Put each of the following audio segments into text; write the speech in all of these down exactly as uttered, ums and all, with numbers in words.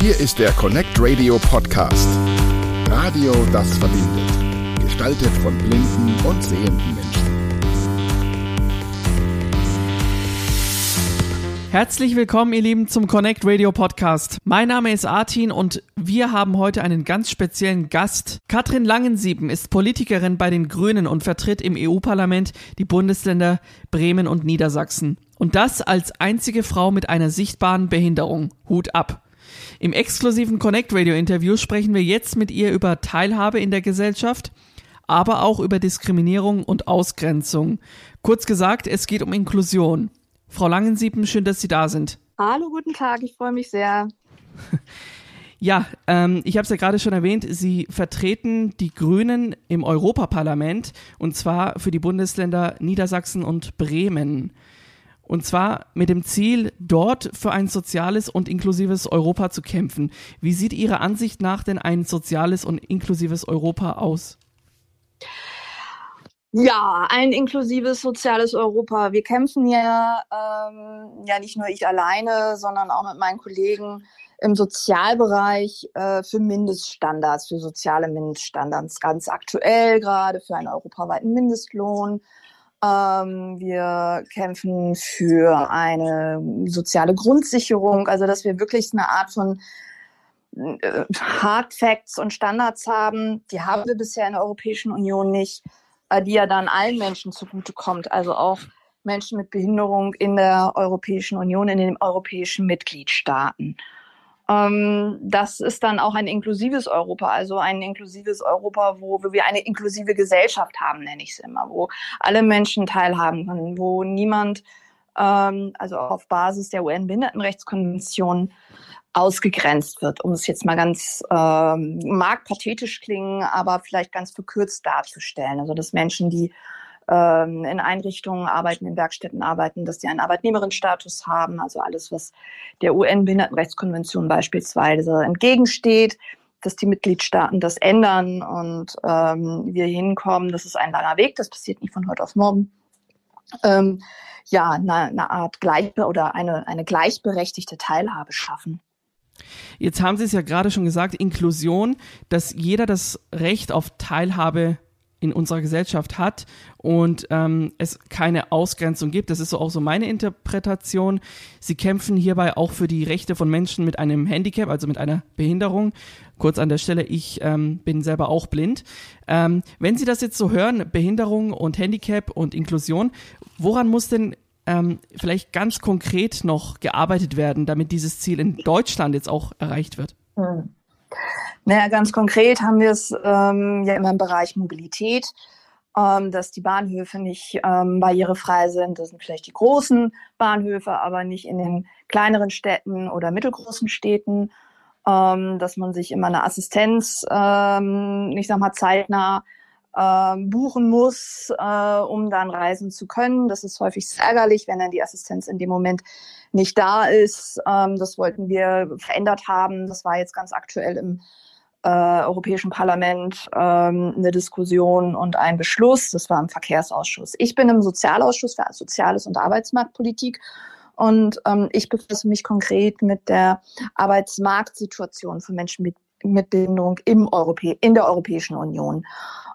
Hier ist der Connect Radio Podcast. Radio, das verbindet. Gestaltet von blinden und sehenden Menschen. Herzlich willkommen, ihr Lieben, zum Connect Radio Podcast. Mein Name ist Artin und wir haben heute einen ganz speziellen Gast. Katrin Langensieben ist Politikerin bei den Grünen und vertritt im E U-Parlament die Bundesländer Bremen und Niedersachsen. Und das als einzige Frau mit einer sichtbaren Behinderung. Hut ab! Im exklusiven Connect Radio Interview sprechen wir jetzt mit ihr über Teilhabe in der Gesellschaft, aber auch über Diskriminierung und Ausgrenzung. Kurz gesagt, es geht um Inklusion. Frau Langensieben, schön, dass Sie da sind. Hallo, guten Tag, ich freue mich sehr. Ja, ähm, ich habe es ja gerade schon erwähnt, Sie vertreten die Grünen im Europaparlament und zwar für die Bundesländer Niedersachsen und Bremen. Und zwar mit dem Ziel, dort für ein soziales und inklusives Europa zu kämpfen. Wie sieht Ihrer Ansicht nach denn ein soziales und inklusives Europa aus? Ja, ein inklusives soziales Europa. Wir kämpfen ja, ähm, ja nicht nur ich alleine, sondern auch mit meinen Kollegen im Sozialbereich äh, für Mindeststandards, für soziale Mindeststandards. Ganz aktuell gerade für einen europaweiten Mindestlohn. Ähm, wir kämpfen für eine soziale Grundsicherung, also dass wir wirklich eine Art von äh, Hard Facts und Standards haben. Die haben wir bisher in der Europäischen Union nicht, die ja dann allen Menschen zugutekommt, also auch Menschen mit Behinderung in der Europäischen Union, in den europäischen Mitgliedstaaten. Ähm, das ist dann auch ein inklusives Europa, also ein inklusives Europa, wo, wo wir eine inklusive Gesellschaft haben, nenne ich es immer, wo alle Menschen teilhaben können, wo niemand, ähm, also auf Basis der U N-Behindertenrechtskonvention, ausgegrenzt wird, um es jetzt mal ganz, ähm, mag pathetisch klingen, aber vielleicht ganz verkürzt darzustellen. Also dass Menschen, die ähm, in Einrichtungen arbeiten, in Werkstätten arbeiten, dass die einen Arbeitnehmerinnenstatus haben, also alles, was der U N-Behindertenrechtskonvention beispielsweise entgegensteht, dass die Mitgliedstaaten das ändern und ähm, wir hinkommen. Das ist ein langer Weg, das passiert nicht von heute auf morgen. Ähm, ja, eine, eine Art gleich oder eine, eine gleichberechtigte Teilhabe schaffen. Jetzt haben Sie es ja gerade schon gesagt, Inklusion, dass jeder das Recht auf Teilhabe in unserer Gesellschaft hat und ähm, es keine Ausgrenzung gibt. Das ist so auch so meine Interpretation. Sie kämpfen hierbei auch für die Rechte von Menschen mit einem Handicap, also mit einer Behinderung. Kurz an der Stelle, ich ähm, bin selber auch blind. Ähm, wenn Sie das jetzt so hören, Behinderung und Handicap und Inklusion, woran muss denn ähm, vielleicht ganz konkret noch gearbeitet werden, damit dieses Ziel in Deutschland jetzt auch erreicht wird? Hm. Naja, ganz konkret haben wir es ähm, ja immer im Bereich Mobilität, ähm, dass die Bahnhöfe nicht ähm, barrierefrei sind. Das sind vielleicht die großen Bahnhöfe, aber nicht in den kleineren Städten oder mittelgroßen Städten. Ähm, dass man sich immer eine Assistenz, ähm, ich sag mal, zeitnah ähm, buchen muss, äh, um dann reisen zu können. Das ist häufig sehr ärgerlich, wenn dann die Assistenz in dem Moment nicht da ist. Ähm, das wollten wir verändert haben. Das war jetzt ganz aktuell im äh, Europäischen Parlament ähm, eine Diskussion und ein Beschluss. Das war im Verkehrsausschuss. Ich bin im Sozialausschuss für Soziales und Arbeitsmarktpolitik. Und ähm, ich befasse mich konkret mit der Arbeitsmarktsituation von Menschen mit, mit Behinderung im Europä- in der Europäischen Union.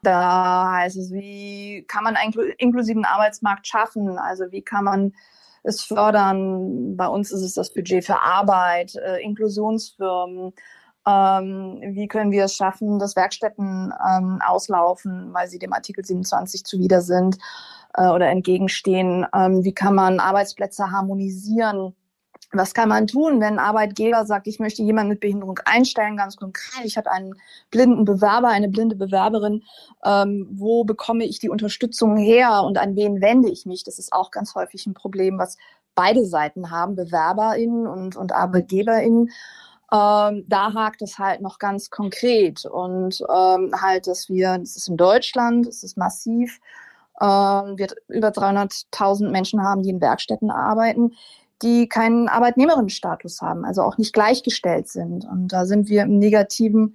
Da heißt es, wie kann man einen inklusiven Arbeitsmarkt schaffen? Also wie kann man es fördern? Bei uns ist es das Budget für Arbeit, äh, Inklusionsfirmen. Ähm, wie können wir es schaffen, dass Werkstätten ähm, auslaufen, weil sie dem Artikel siebenundzwanzig zuwider sind oder entgegenstehen? Ähm, wie kann man Arbeitsplätze harmonisieren? Was kann man tun, wenn ein Arbeitgeber sagt, ich möchte jemanden mit Behinderung einstellen, ganz konkret, ich habe einen blinden Bewerber, eine blinde Bewerberin, ähm, wo bekomme ich die Unterstützung her und an wen wende ich mich? Das ist auch ganz häufig ein Problem, was beide Seiten haben, BewerberInnen und, und ArbeitgeberInnen. Ähm, da hakt es halt noch ganz konkret und ähm, halt, dass wir, das ist in Deutschland, das ist massiv, ähm, wir über dreihunderttausend Menschen haben, die in Werkstätten arbeiten, die keinen Arbeitnehmerinnenstatus haben, also auch nicht gleichgestellt sind. Und da sind wir im negativen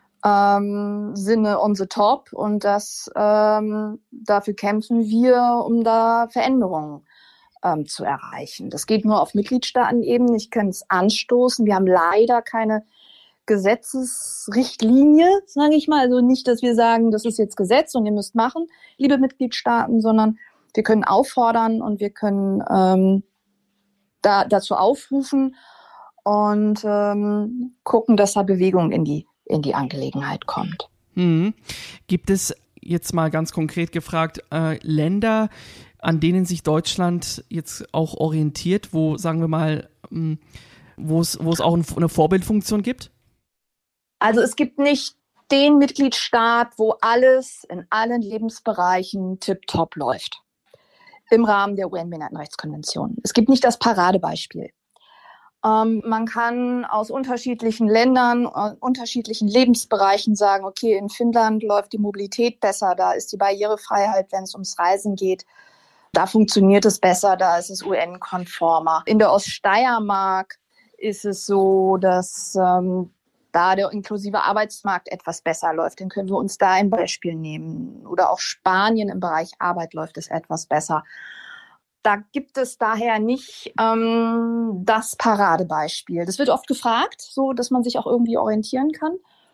ähm, Sinne on the top und das ähm, dafür kämpfen wir, um da Veränderungen ähm, zu erreichen. Das geht nur auf Mitgliedstaatenebene. Ich kann es anstoßen. Wir haben leider keine Gesetzesrichtlinie, sage ich mal. Also nicht, dass wir sagen, das ist jetzt Gesetz und ihr müsst machen, liebe Mitgliedstaaten, sondern wir können auffordern und wir können ähm, da, dazu aufrufen und ähm, gucken, dass da Bewegung in die, in die Angelegenheit kommt. Hm. Gibt es jetzt mal ganz konkret gefragt, äh, Länder, an denen sich Deutschland jetzt auch orientiert, wo, sagen wir mal, mh, wo es, wo es auch eine Vorbildfunktion gibt? Also es gibt nicht den Mitgliedstaat, wo alles in allen Lebensbereichen tipptopp läuft im Rahmen der U N-Behindertenrechtskonvention. Es gibt nicht das Paradebeispiel. Ähm, man kann aus unterschiedlichen Ländern, äh, unterschiedlichen Lebensbereichen sagen, okay, in Finnland läuft die Mobilität besser, da ist die Barrierefreiheit, wenn es ums Reisen geht, da funktioniert es besser, da ist es U N-konformer. In der Oststeiermark ist es so, dass ähm, da der inklusive Arbeitsmarkt etwas besser läuft. Dann können wir uns da ein Beispiel nehmen. Oder auch Spanien im Bereich Arbeit läuft es etwas besser. Da gibt es daher nicht ähm, das Paradebeispiel. Das wird oft gefragt, so dass man sich auch irgendwie orientieren kann.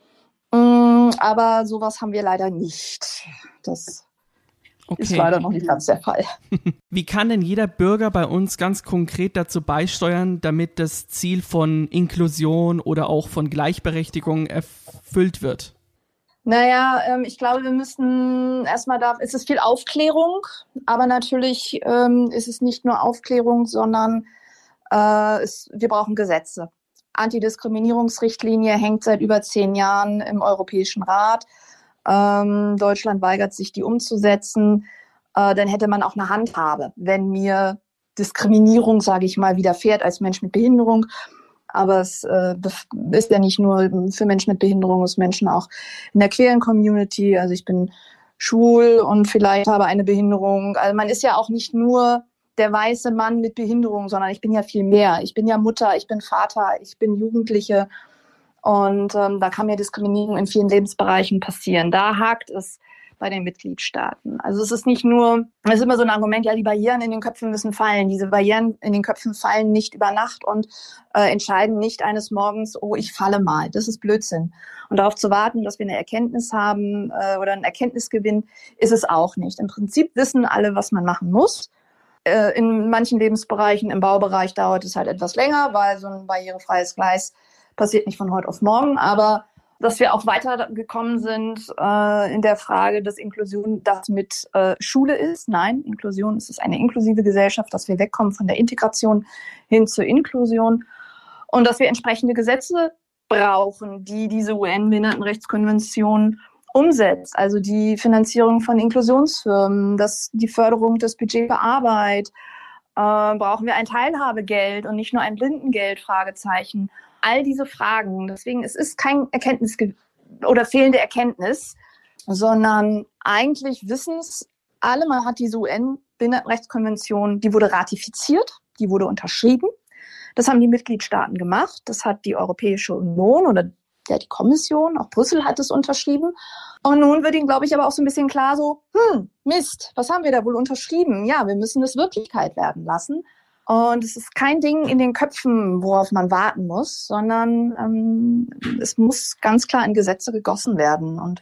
Ähm, aber sowas haben wir leider nicht. Das Okay. ist leider noch nicht ganz der Fall. Wie kann denn jeder Bürger bei uns ganz konkret dazu beisteuern, damit das Ziel von Inklusion oder auch von Gleichberechtigung erfüllt wird? Naja, ähm, ich glaube, wir müssen erstmal da, es ist viel Aufklärung, aber natürlich ähm, ist es nicht nur Aufklärung, sondern äh, es, wir brauchen Gesetze. Antidiskriminierungsrichtlinie hängt seit über zehn Jahren im Europäischen Rat. Ähm, Deutschland weigert sich, die umzusetzen. Äh, dann hätte man auch eine Handhabe, wenn mir Diskriminierung, sage ich mal, widerfährt als Mensch mit Behinderung. Aber es äh, ist ja nicht nur für Menschen mit Behinderung, es ist Menschen auch in der queeren Community. Also ich bin schwul und vielleicht habe eine Behinderung. Also man ist ja auch nicht nur der weiße Mann mit Behinderung, sondern ich bin ja viel mehr. Ich bin ja Mutter, ich bin Vater, ich bin Jugendliche. Und ähm, da kann ja Diskriminierung in vielen Lebensbereichen passieren. Da hakt es bei den Mitgliedstaaten. Also es ist nicht nur, es ist immer so ein Argument, ja, die Barrieren in den Köpfen müssen fallen. Diese Barrieren in den Köpfen fallen nicht über Nacht und äh, entscheiden nicht eines Morgens, oh, ich falle mal. Das ist Blödsinn. Und darauf zu warten, dass wir eine Erkenntnis haben äh, oder einen Erkenntnisgewinn, ist es auch nicht. Im Prinzip wissen alle, was man machen muss. Äh, in manchen Lebensbereichen, im Baubereich dauert es halt etwas länger, weil so ein barrierefreies Gleis passiert nicht von heute auf morgen, aber dass wir auch weitergekommen sind äh, in der Frage, dass Inklusion das mit äh, Schule ist. Nein, Inklusion ist eine inklusive Gesellschaft, dass wir wegkommen von der Integration hin zur Inklusion und dass wir entsprechende Gesetze brauchen, die diese U N-Behindertenrechtskonvention umsetzt. Also die Finanzierung von Inklusionsfirmen, das, die Förderung des Budgets für Arbeit. Äh, brauchen wir ein Teilhabegeld und nicht nur ein Blindengeld? Fragezeichen. All diese Fragen. Deswegen, es ist kein Erkenntnis oder fehlende Erkenntnis, sondern eigentlich wissen es alle. Man hat diese U N-Behindertenrechtskonvention, die wurde ratifiziert, die wurde unterschrieben. Das haben die Mitgliedstaaten gemacht. Das hat die Europäische Union oder ja, die Kommission, auch Brüssel hat es unterschrieben. Und nun wird ihnen, glaube ich, aber auch so ein bisschen klar so, hm, Mist, was haben wir da wohl unterschrieben? Ja, wir müssen es Wirklichkeit werden lassen. Und es ist kein Ding in den Köpfen, worauf man warten muss, sondern ähm, es muss ganz klar in Gesetze gegossen werden. Und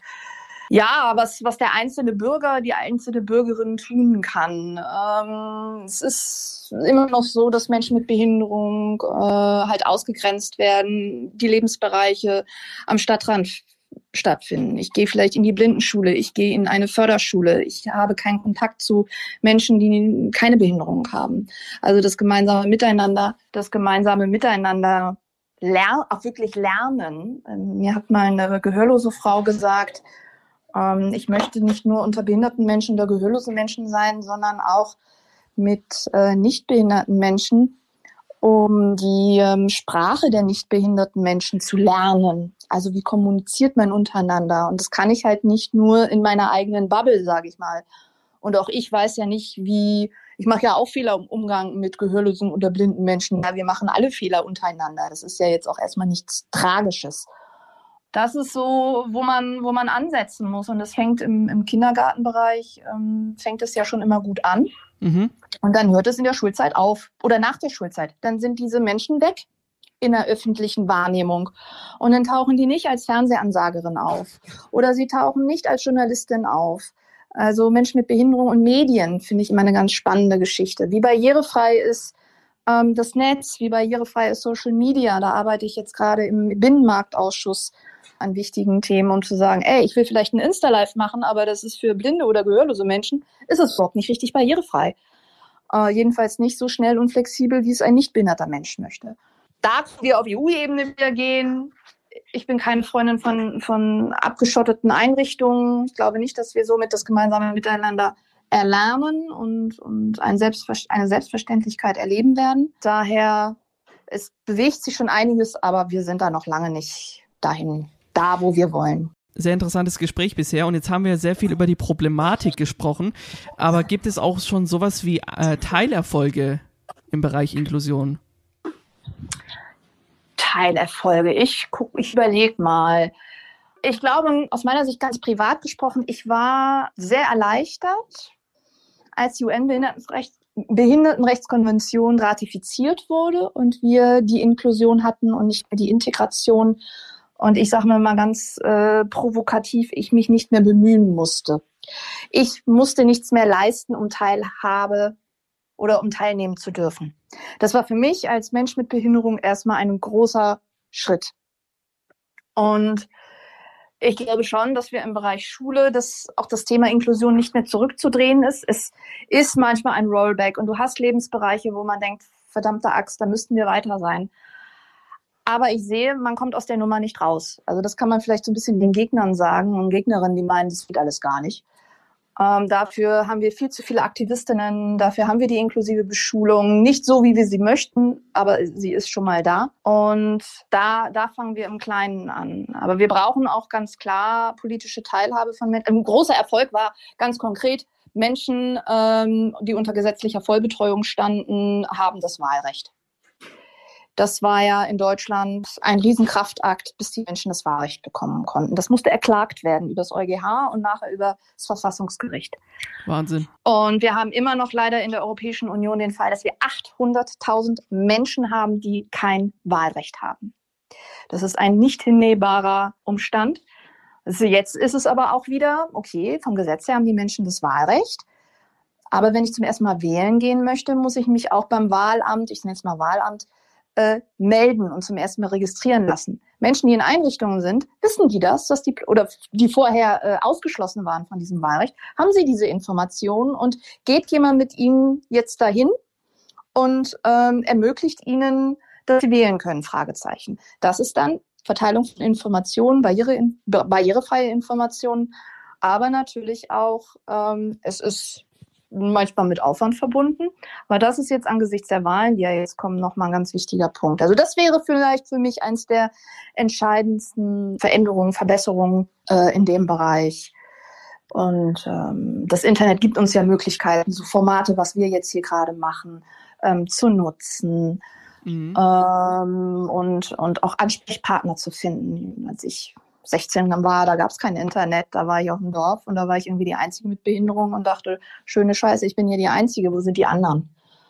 ja, was, was der einzelne Bürger, die einzelne Bürgerin tun kann. Ähm, es ist immer noch so, dass Menschen mit Behinderung äh, halt ausgegrenzt werden, die Lebensbereiche am Stadtrand stattfinden. Ich gehe vielleicht in die Blindenschule, ich gehe in eine Förderschule, ich habe keinen Kontakt zu Menschen, die keine Behinderung haben. Also das gemeinsame Miteinander, das gemeinsame Miteinander lernen, auch wirklich lernen. Mir hat mal eine gehörlose Frau gesagt, ähm, ich möchte nicht nur unter behinderten Menschen oder gehörlosen Menschen sein, sondern auch mit äh, nicht behinderten Menschen, um die ähm, Sprache der nicht behinderten Menschen zu lernen. Also wie kommuniziert man untereinander? Und das kann ich halt nicht nur in meiner eigenen Bubble, sage ich mal. Und auch ich weiß ja nicht, wie, ich mache ja auch Fehler im Umgang mit gehörlosen oder blinden Menschen. Ja, wir machen alle Fehler untereinander. Das ist ja jetzt auch erstmal nichts Tragisches. Das ist so, wo man, wo man ansetzen muss. Und das fängt im, im Kindergartenbereich, ähm, fängt es ja schon immer gut an. Mhm. Und dann hört es in der Schulzeit auf oder nach der Schulzeit. Dann sind diese Menschen weg. in der öffentlichen Wahrnehmung. Und dann tauchen die nicht als Fernsehansagerin auf oder sie tauchen nicht als Journalistin auf. Also Menschen mit Behinderung und Medien finde ich immer eine ganz spannende Geschichte. Wie barrierefrei ist ähm, das Netz, wie barrierefrei ist Social Media. Da arbeite ich jetzt gerade im Binnenmarktausschuss an wichtigen Themen, um zu sagen, ey, ich will vielleicht ein Insta-Live machen, aber das ist für blinde oder gehörlose Menschen, ist es überhaupt nicht richtig barrierefrei. Äh, jedenfalls nicht so schnell und flexibel, wie es ein nicht behinderter Mensch möchte. Da können wir auf E U-Ebene wieder gehen. Ich bin keine Freundin von, von abgeschotteten Einrichtungen. Ich glaube nicht, dass wir somit das gemeinsame Miteinander erlernen und, und ein Selbstver- eine Selbstverständlichkeit erleben werden. Daher, es bewegt sich schon einiges, aber wir sind da noch lange nicht dahin, da, wo wir wollen. Sehr interessantes Gespräch bisher und jetzt haben wir sehr viel über die Problematik gesprochen, aber gibt es auch schon sowas wie äh, Teilerfolge im Bereich Inklusion? Teilerfolge. Ich guck, ich überlege mal. Ich glaube, aus meiner Sicht ganz privat gesprochen, ich war sehr erleichtert, als die U N-Behindertenrechts- Behindertenrechtskonvention ratifiziert wurde und wir die Inklusion hatten und nicht mehr die Integration. Und ich sage mir mal ganz äh, provokativ, ich mich nicht mehr bemühen musste. Ich musste nichts mehr leisten, um Teilhabe oder um teilnehmen zu dürfen. Das war für mich als Mensch mit Behinderung erstmal ein großer Schritt. Und ich glaube schon, dass wir im Bereich Schule, dass auch das Thema Inklusion nicht mehr zurückzudrehen ist. Es ist manchmal ein Rollback und du hast Lebensbereiche, wo man denkt, verdammte Axt, da müssten wir weiter sein. Aber ich sehe, man kommt aus der Nummer nicht raus. Also das kann man vielleicht so ein bisschen den Gegnern sagen und Gegnerinnen, die meinen, das geht alles gar nicht. Ähm, dafür haben wir viel zu viele Aktivistinnen, dafür haben wir die inklusive Beschulung, nicht so, wie wir sie möchten, aber sie ist schon mal da. Und da, da fangen wir im Kleinen an. Aber wir brauchen auch ganz klar politische Teilhabe von Menschen. Ein großer Erfolg war ganz konkret, Menschen, ähm, die unter gesetzlicher Vollbetreuung standen, haben das Wahlrecht. Das war ja in Deutschland ein Riesenkraftakt, bis die Menschen das Wahlrecht bekommen konnten. Das musste erklagt werden über das EuGH und nachher über das Verfassungsgericht. Wahnsinn. Und wir haben immer noch leider in der Europäischen Union den Fall, dass wir achthunderttausend Menschen haben, die kein Wahlrecht haben. Das ist ein nicht hinnehmbarer Umstand. Also jetzt ist es aber auch wieder, okay, vom Gesetz her haben die Menschen das Wahlrecht. Aber wenn ich zum ersten Mal wählen gehen möchte, muss ich mich auch beim Wahlamt, ich nenne es mal Wahlamt, Äh, melden und zum ersten Mal registrieren lassen. Menschen, die in Einrichtungen sind, wissen die das, dass die oder die vorher äh, ausgeschlossen waren von diesem Wahlrecht, haben sie diese Informationen und geht jemand mit ihnen jetzt dahin und ähm, ermöglicht ihnen, dass sie wählen können, Fragezeichen. Das ist dann Verteilung von Informationen, barriere, barrierefreie Informationen, aber natürlich auch, ähm, es ist manchmal mit Aufwand verbunden. Aber das ist jetzt angesichts der Wahlen, die ja jetzt kommen, nochmal ein ganz wichtiger Punkt. Also das wäre vielleicht für mich eins der entscheidendsten Veränderungen, Verbesserungen äh, in dem Bereich. Und ähm, das Internet gibt uns ja Möglichkeiten, so Formate, was wir jetzt hier gerade machen, ähm, zu nutzen mhm. ähm, und, und auch Ansprechpartner zu finden. Als ich sechzehn war, da gab es kein Internet, da war ich auf dem Dorf und da war ich irgendwie die Einzige mit Behinderung und dachte, schöne Scheiße, ich bin hier die Einzige, wo sind die anderen?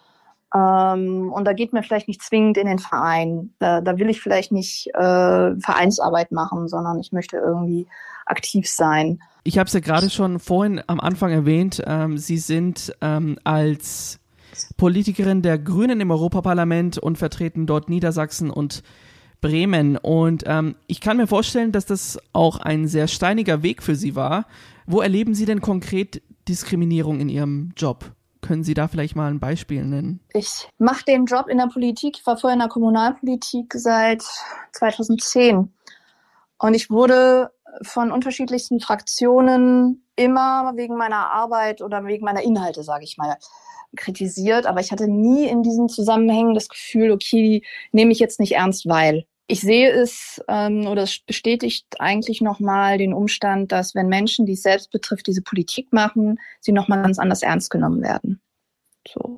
Ähm, und da geht mir vielleicht nicht zwingend in den Verein, da, da will ich vielleicht nicht äh, Vereinsarbeit machen, sondern ich möchte irgendwie aktiv sein. Ich habe es ja gerade schon vorhin am Anfang erwähnt, ähm, Sie sind ähm, als Politikerin der Grünen im Europaparlament und vertreten dort Niedersachsen und Bremen. Und ähm, ich kann mir vorstellen, dass das auch ein sehr steiniger Weg für Sie war. Wo erleben Sie denn konkret Diskriminierung in Ihrem Job? Können Sie da vielleicht mal ein Beispiel nennen? Ich mache den Job in der Politik. Ich war vorher in der Kommunalpolitik seit zweitausendzehn. Und ich wurde von unterschiedlichsten Fraktionen immer wegen meiner Arbeit oder wegen meiner Inhalte, sage ich mal, kritisiert. Aber ich hatte nie in diesen Zusammenhängen das Gefühl, okay, die nehme ich jetzt nicht ernst, weil. Ich sehe es, ähm, oder es bestätigt eigentlich nochmal den Umstand, dass wenn Menschen, die es selbst betrifft, diese Politik machen, sie nochmal ganz anders ernst genommen werden. So.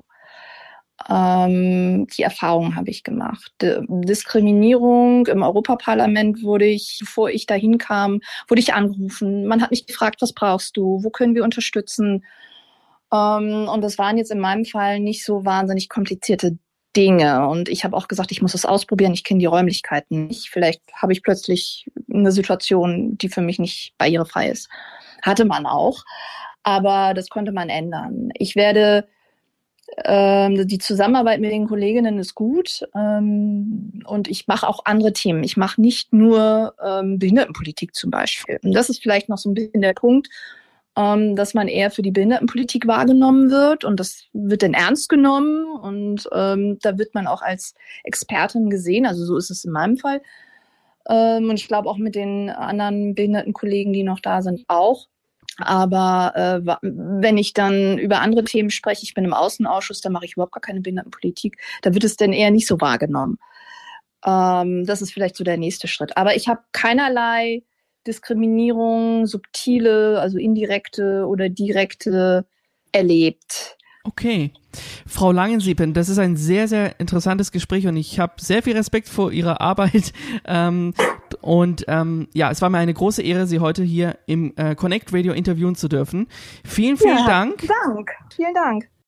Ähm, die Erfahrung habe ich gemacht. D- Diskriminierung im Europaparlament wurde ich, bevor ich dahin kam, wurde ich angerufen. Man hat mich gefragt, was brauchst du? Wo können wir unterstützen? Ähm, und das waren jetzt in meinem Fall nicht so wahnsinnig komplizierte Dinge. Und ich habe auch gesagt, ich muss das ausprobieren, ich kenne die Räumlichkeiten nicht. Vielleicht habe ich plötzlich eine Situation, die für mich nicht barrierefrei ist. Hatte man auch, aber das konnte man ändern. Ich werde, ähm, die Zusammenarbeit mit den Kolleginnen ist gut, ähm, und ich mache auch andere Themen. Ich mache nicht nur ähm, Behindertenpolitik zum Beispiel. Und das ist vielleicht noch so ein bisschen der Punkt, ähm, dass man eher für die Behindertenpolitik wahrgenommen wird und das wird dann ernst genommen und ähm, da wird man auch als Expertin gesehen, also so ist es in meinem Fall. Ähm, und ich glaube auch mit den anderen Behindertenkollegen, die noch da sind, auch. Aber äh, wenn ich dann über andere Themen spreche, ich bin im Außenausschuss, da mache ich überhaupt gar keine Behindertenpolitik, da wird es dann eher nicht so wahrgenommen. Ähm, das ist vielleicht so der nächste Schritt. Aber ich habe keinerlei Diskriminierung, subtile, also indirekte oder direkte erlebt. Okay. Frau Langensieben, das ist ein sehr, sehr interessantes Gespräch und ich habe sehr viel Respekt vor Ihrer Arbeit. Ähm, und ähm, ja, es war mir eine große Ehre, Sie heute hier im äh, Connect Radio interviewen zu dürfen. Vielen, vielen ja, Dank. Dank. Vielen Dank.